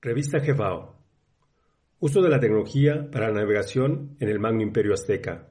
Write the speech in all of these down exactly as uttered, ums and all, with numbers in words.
Revista Jefao. Uso de la tecnología para la navegación en el Magno Imperio Azteca.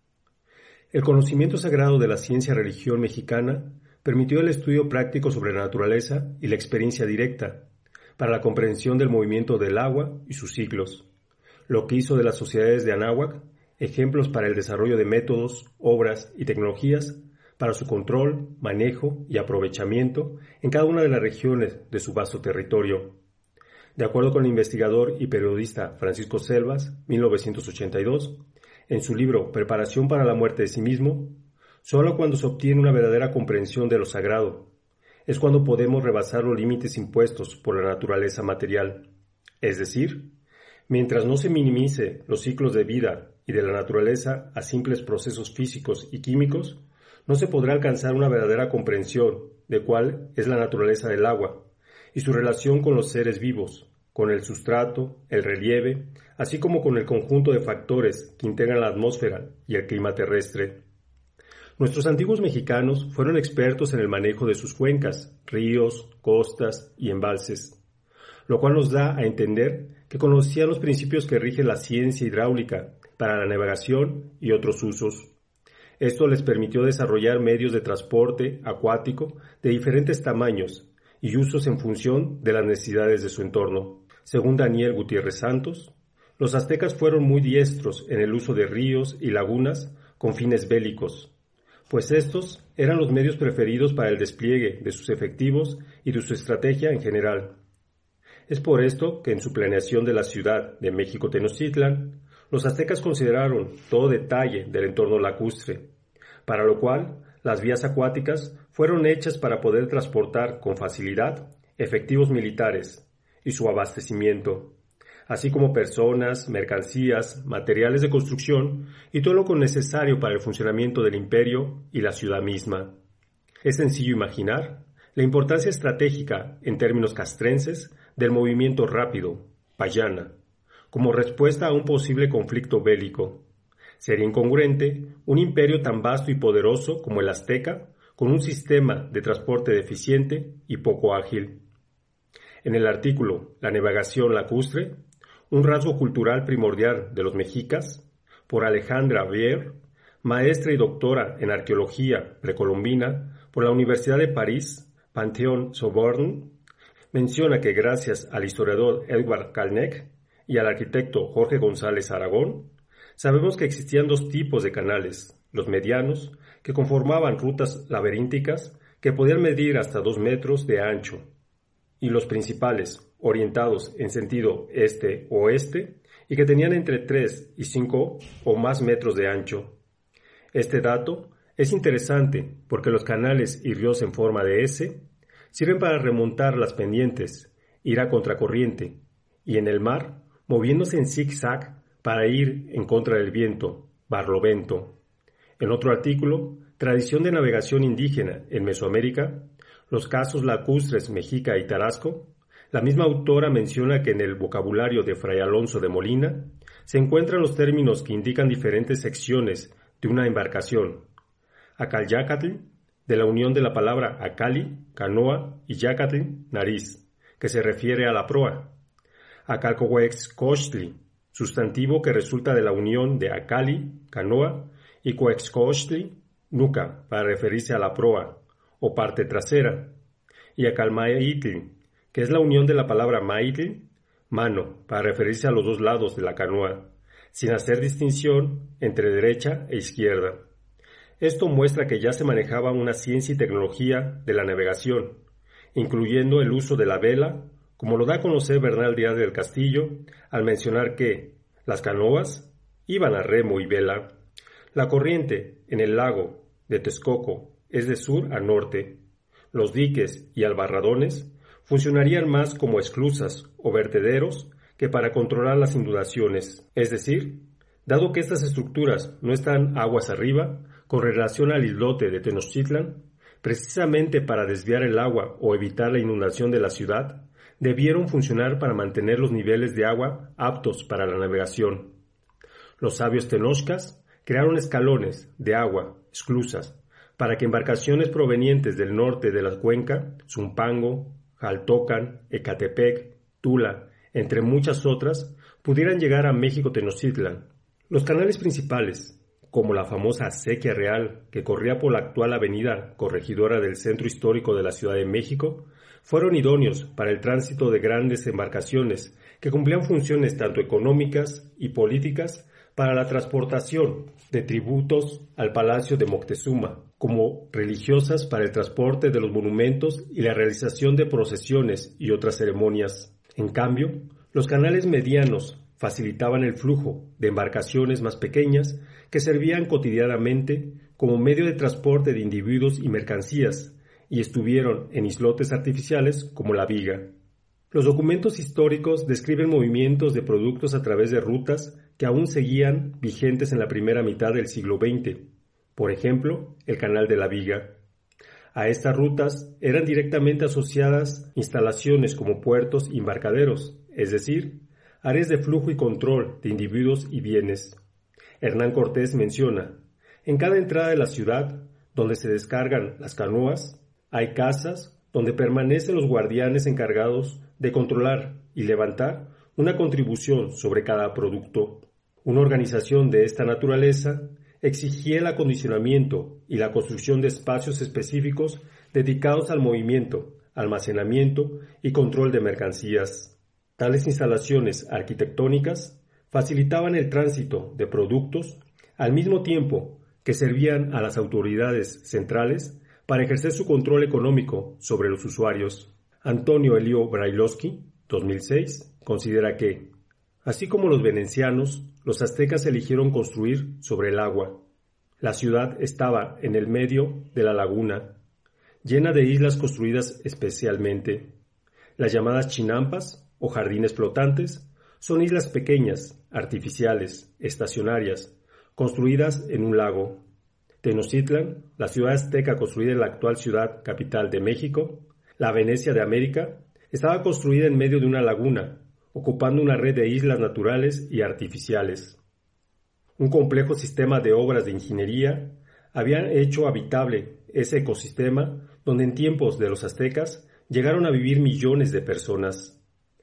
El conocimiento sagrado de la ciencia-religión mexicana permitió el estudio práctico sobre la naturaleza y la experiencia directa para la comprensión del movimiento del agua y sus ciclos, lo que hizo de las sociedades de Anáhuac ejemplos para el desarrollo de métodos, obras y tecnologías para su control, manejo y aprovechamiento en cada una de las regiones de su vasto territorio. De acuerdo con el investigador y periodista Francisco Selvas, mil novecientos ochenta y dos, en su libro Preparación para la muerte de sí mismo, solo cuando se obtiene una verdadera comprensión de lo sagrado es cuando podemos rebasar los límites impuestos por la naturaleza material. Es decir, mientras no se minimice los ciclos de vida y de la naturaleza a simples procesos físicos y químicos, no se podrá alcanzar una verdadera comprensión de cuál es la naturaleza del agua y su relación con los seres vivos, con el sustrato, el relieve, así como con el conjunto de factores que integran la atmósfera y el clima terrestre. Nuestros antiguos mexicanos fueron expertos en el manejo de sus cuencas, ríos, costas y embalses, lo cual nos da a entender que conocían los principios que rigen la ciencia hidráulica para la navegación y otros usos. Esto les permitió desarrollar medios de transporte acuático de diferentes tamaños y usos en función de las necesidades de su entorno. Según Daniel Gutiérrez Santos, los aztecas fueron muy diestros en el uso de ríos y lagunas con fines bélicos, pues estos eran los medios preferidos para el despliegue de sus efectivos y de su estrategia en general. Es por esto que en su planeación de la ciudad de México Tenochtitlan, los aztecas consideraron todo detalle del entorno lacustre, para lo cual las vías acuáticas fueron hechas para poder transportar con facilidad efectivos militares y su abastecimiento, así como personas, mercancías, materiales de construcción y todo lo necesario para el funcionamiento del imperio y la ciudad misma. Es sencillo imaginar la importancia estratégica en términos castrenses del movimiento rápido, payana, como respuesta a un posible conflicto bélico. Sería incongruente un imperio tan vasto y poderoso como el azteca con un sistema de transporte deficiente y poco ágil. En el artículo La navegación lacustre, un rasgo cultural primordial de los mexicas, por Alejandra Bier, maestra y doctora en arqueología precolombina por la Universidad de París, Panthéon-Sorbonne, menciona que gracias al historiador Edward Calnec y al arquitecto Jorge González Aragón, sabemos que existían dos tipos de canales, los medianos, que conformaban rutas laberínticas que podían medir hasta dos metros de ancho, y los principales, orientados en sentido este-oeste, y que tenían entre tres y cinco o más metros de ancho. Este dato es interesante porque los canales y ríos en forma de S sirven para remontar las pendientes, ir a contracorriente, y en el mar, moviéndose en zigzag para ir en contra del viento, barlovento. En otro artículo, Tradición de navegación indígena en Mesoamérica, los casos lacustres Mexica y Tarasco, la misma autora menciona que en el vocabulario de Fray Alonso de Molina se encuentran los términos que indican diferentes secciones de una embarcación. Acalyácatl, de la unión de la palabra acali, canoa, y yácatl, nariz, que se refiere a la proa. Acalcohuexcochtli, sustantivo que resulta de la unión de acali, canoa, y coexcochtli, nuca, para referirse a la proa, o parte trasera, y acalmaitl, que es la unión de la palabra maitl, mano, para referirse a los dos lados de la canoa, sin hacer distinción entre derecha e izquierda. Esto muestra que ya se manejaba una ciencia y tecnología de la navegación, incluyendo el uso de la vela, como lo da a conocer Bernal Díaz del Castillo, al mencionar que las canoas iban a remo y vela. La corriente en el lago de Texcoco es de sur a norte. Los diques y albarradones funcionarían más como esclusas o vertederos que para controlar las inundaciones. Es decir, dado que estas estructuras no están aguas arriba, con relación al islote de Tenochtitlan, precisamente para desviar el agua o evitar la inundación de la ciudad, debieron funcionar para mantener los niveles de agua aptos para la navegación. Los sabios tenochcas crearon escalones de agua, esclusas, para que embarcaciones provenientes del norte de la cuenca, Zumpango, Jaltocan, Ecatepec, Tula, entre muchas otras, pudieran llegar a México Tenochtitlan. Los canales principales, como la famosa Acequia Real, que corría por la actual avenida Corregidora del centro histórico de la Ciudad de México, fueron idóneos para el tránsito de grandes embarcaciones que cumplían funciones tanto económicas y políticas para la transportación de tributos al Palacio de Moctezuma, como religiosas para el transporte de los monumentos y la realización de procesiones y otras ceremonias. En cambio, los canales medianos facilitaban el flujo de embarcaciones más pequeñas que servían cotidianamente como medio de transporte de individuos y mercancías y estuvieron en islotes artificiales como la Viga. Los documentos históricos describen movimientos de productos a través de rutas que aún seguían vigentes en la primera mitad del siglo veinte. Por ejemplo, el Canal de la Viga. A estas rutas eran directamente asociadas instalaciones como puertos y embarcaderos, es decir, áreas de flujo y control de individuos y bienes. Hernán Cortés menciona, en cada entrada de la ciudad, donde se descargan las canoas, hay casas donde permanecen los guardianes encargados de controlar y levantar una contribución sobre cada producto. Una organización de esta naturaleza exigía el acondicionamiento y la construcción de espacios específicos dedicados al movimiento, almacenamiento y control de mercancías. Tales instalaciones arquitectónicas facilitaban el tránsito de productos al mismo tiempo que servían a las autoridades centrales para ejercer su control económico sobre los usuarios. Antonio Elio Brailovsky, dos mil seis, considera que, así como los venecianos, los aztecas eligieron construir sobre el agua. La ciudad estaba en el medio de la laguna, llena de islas construidas especialmente. Las llamadas chinampas, o jardines flotantes, son islas pequeñas, artificiales, estacionarias, construidas en un lago. Tenochtitlan, la ciudad azteca construida en la actual ciudad capital de México, la Venecia de América, estaba construida en medio de una laguna, ocupando una red de islas naturales y artificiales. Un complejo sistema de obras de ingeniería habían hecho habitable ese ecosistema donde en tiempos de los aztecas llegaron a vivir millones de personas.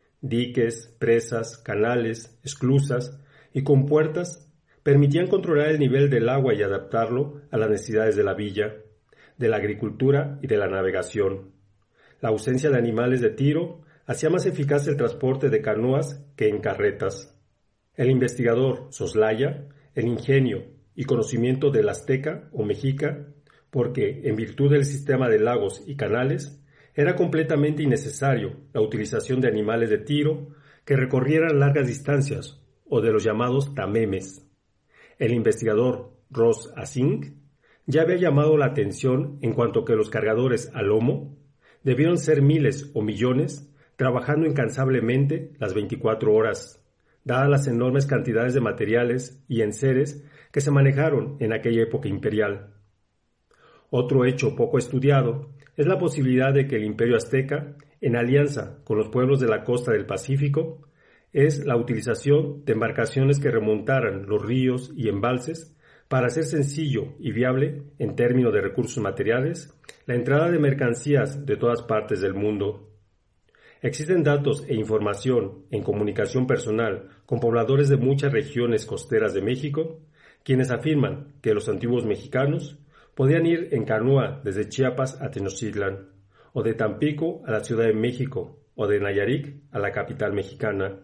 Diques, presas, canales, esclusas y compuertas permitían controlar el nivel del agua y adaptarlo a las necesidades de la villa, de la agricultura y de la navegación. La ausencia de animales de tiro hacía más eficaz el transporte de canoas que en carretas. El investigador soslaya el ingenio y conocimiento del azteca o mexica, porque, en virtud del sistema de lagos y canales, era completamente innecesario la utilización de animales de tiro que recorrieran largas distancias o de los llamados tamemes. El investigador Ross Asing ya había llamado la atención en cuanto que los cargadores a lomo debieron ser miles o millones trabajando incansablemente las veinticuatro horas, dadas las enormes cantidades de materiales y enseres que se manejaron en aquella época imperial. Otro hecho poco estudiado es la posibilidad de que el Imperio Azteca, en alianza con los pueblos de la costa del Pacífico, es la utilización de embarcaciones que remontaran los ríos y embalses para hacer sencillo y viable, en términos de recursos materiales, la entrada de mercancías de todas partes del mundo. Existen datos e información en comunicación personal con pobladores de muchas regiones costeras de México, quienes afirman que los antiguos mexicanos podían ir en canoa desde Chiapas a Tenochtitlan, o de Tampico a la Ciudad de México, o de Nayarit a la capital mexicana.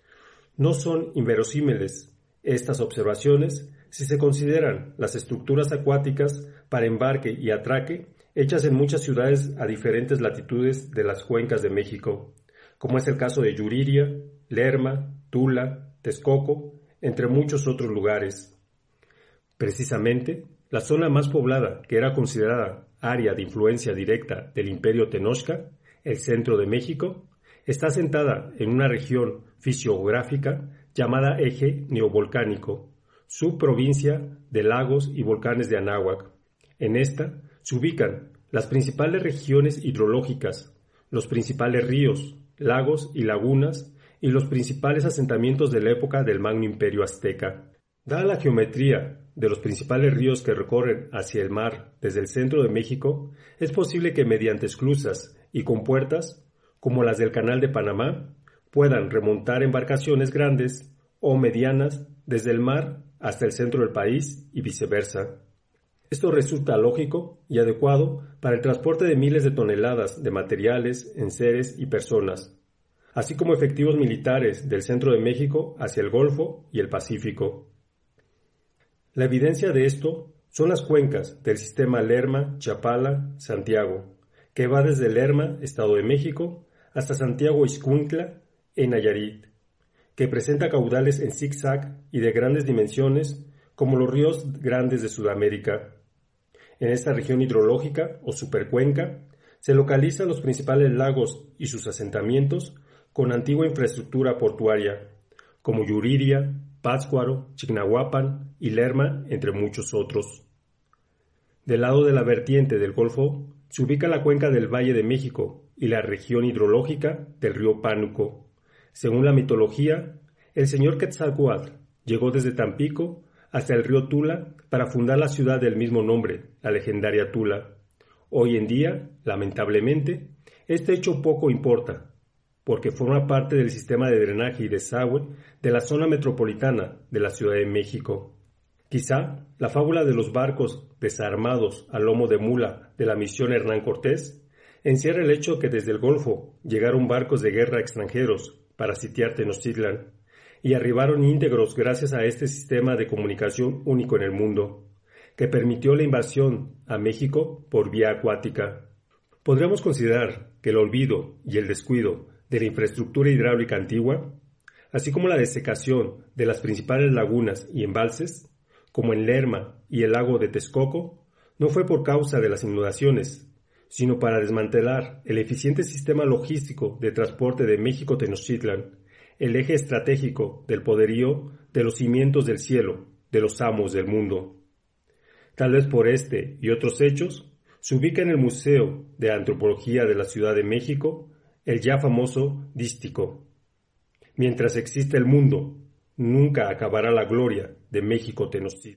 No son inverosímiles estas observaciones si se consideran las estructuras acuáticas para embarque y atraque hechas en muchas ciudades a diferentes latitudes de las cuencas de México, como es el caso de Yuriria, Lerma, Tula, Texcoco, entre muchos otros lugares. Precisamente, la zona más poblada, que era considerada área de influencia directa del Imperio Tenochca, el centro de México, está asentada en una región fisiográfica llamada Eje Neovolcánico, subprovincia de lagos y volcanes de Anáhuac. En esta se ubican las principales regiones hidrológicas, los principales ríos, lagos y lagunas y los principales asentamientos de la época del Magno Imperio Azteca. Dada la geometría de los principales ríos que recorren hacia el mar desde el centro de México, es posible que mediante esclusas y compuertas, como las del Canal de Panamá, puedan remontar embarcaciones grandes o medianas desde el mar hasta el centro del país y viceversa. Esto resulta lógico y adecuado para el transporte de miles de toneladas de materiales, enseres y personas, así como efectivos militares del centro de México hacia el Golfo y el Pacífico. La evidencia de esto son las cuencas del sistema Lerma-Chapala-Santiago, que va desde Lerma, Estado de México, hasta Santiago Ixcuintla, en Nayarit, que presenta caudales en zigzag y de grandes dimensiones como los ríos grandes de Sudamérica. En esta región hidrológica o supercuenca se localizan los principales lagos y sus asentamientos con antigua infraestructura portuaria, como Yuriria, Pátzcuaro, Chignahuapan y Lerma, entre muchos otros. Del lado de la vertiente del Golfo se ubica la cuenca del Valle de México y la región hidrológica del río Pánuco. Según la mitología, el señor Quetzalcóatl llegó desde Tampico hasta el río Tula para fundar la ciudad del mismo nombre, la legendaria Tula. Hoy en día, lamentablemente, este hecho poco importa, porque forma parte del sistema de drenaje y desagüe de la zona metropolitana de la Ciudad de México. Quizá la fábula de los barcos desarmados a lomo de mula de la misión Hernán Cortés encierra el hecho que desde el Golfo llegaron barcos de guerra extranjeros para sitiar Tenochtitlan y arribaron íntegros gracias a este sistema de comunicación único en el mundo, que permitió la invasión a México por vía acuática. Podríamos considerar que el olvido y el descuido de la infraestructura hidráulica antigua, así como la desecación de las principales lagunas y embalses, como en Lerma y el lago de Texcoco, no fue por causa de las inundaciones, sino para desmantelar el eficiente sistema logístico de transporte de México-Tenochtitlan, el eje estratégico del poderío de los cimientos del cielo, de los amos del mundo. Tal vez por este y otros hechos, se ubica en el Museo de Antropología de la Ciudad de México el ya famoso dístico. Mientras exista el mundo, nunca acabará la gloria de México-Tenochtitlan.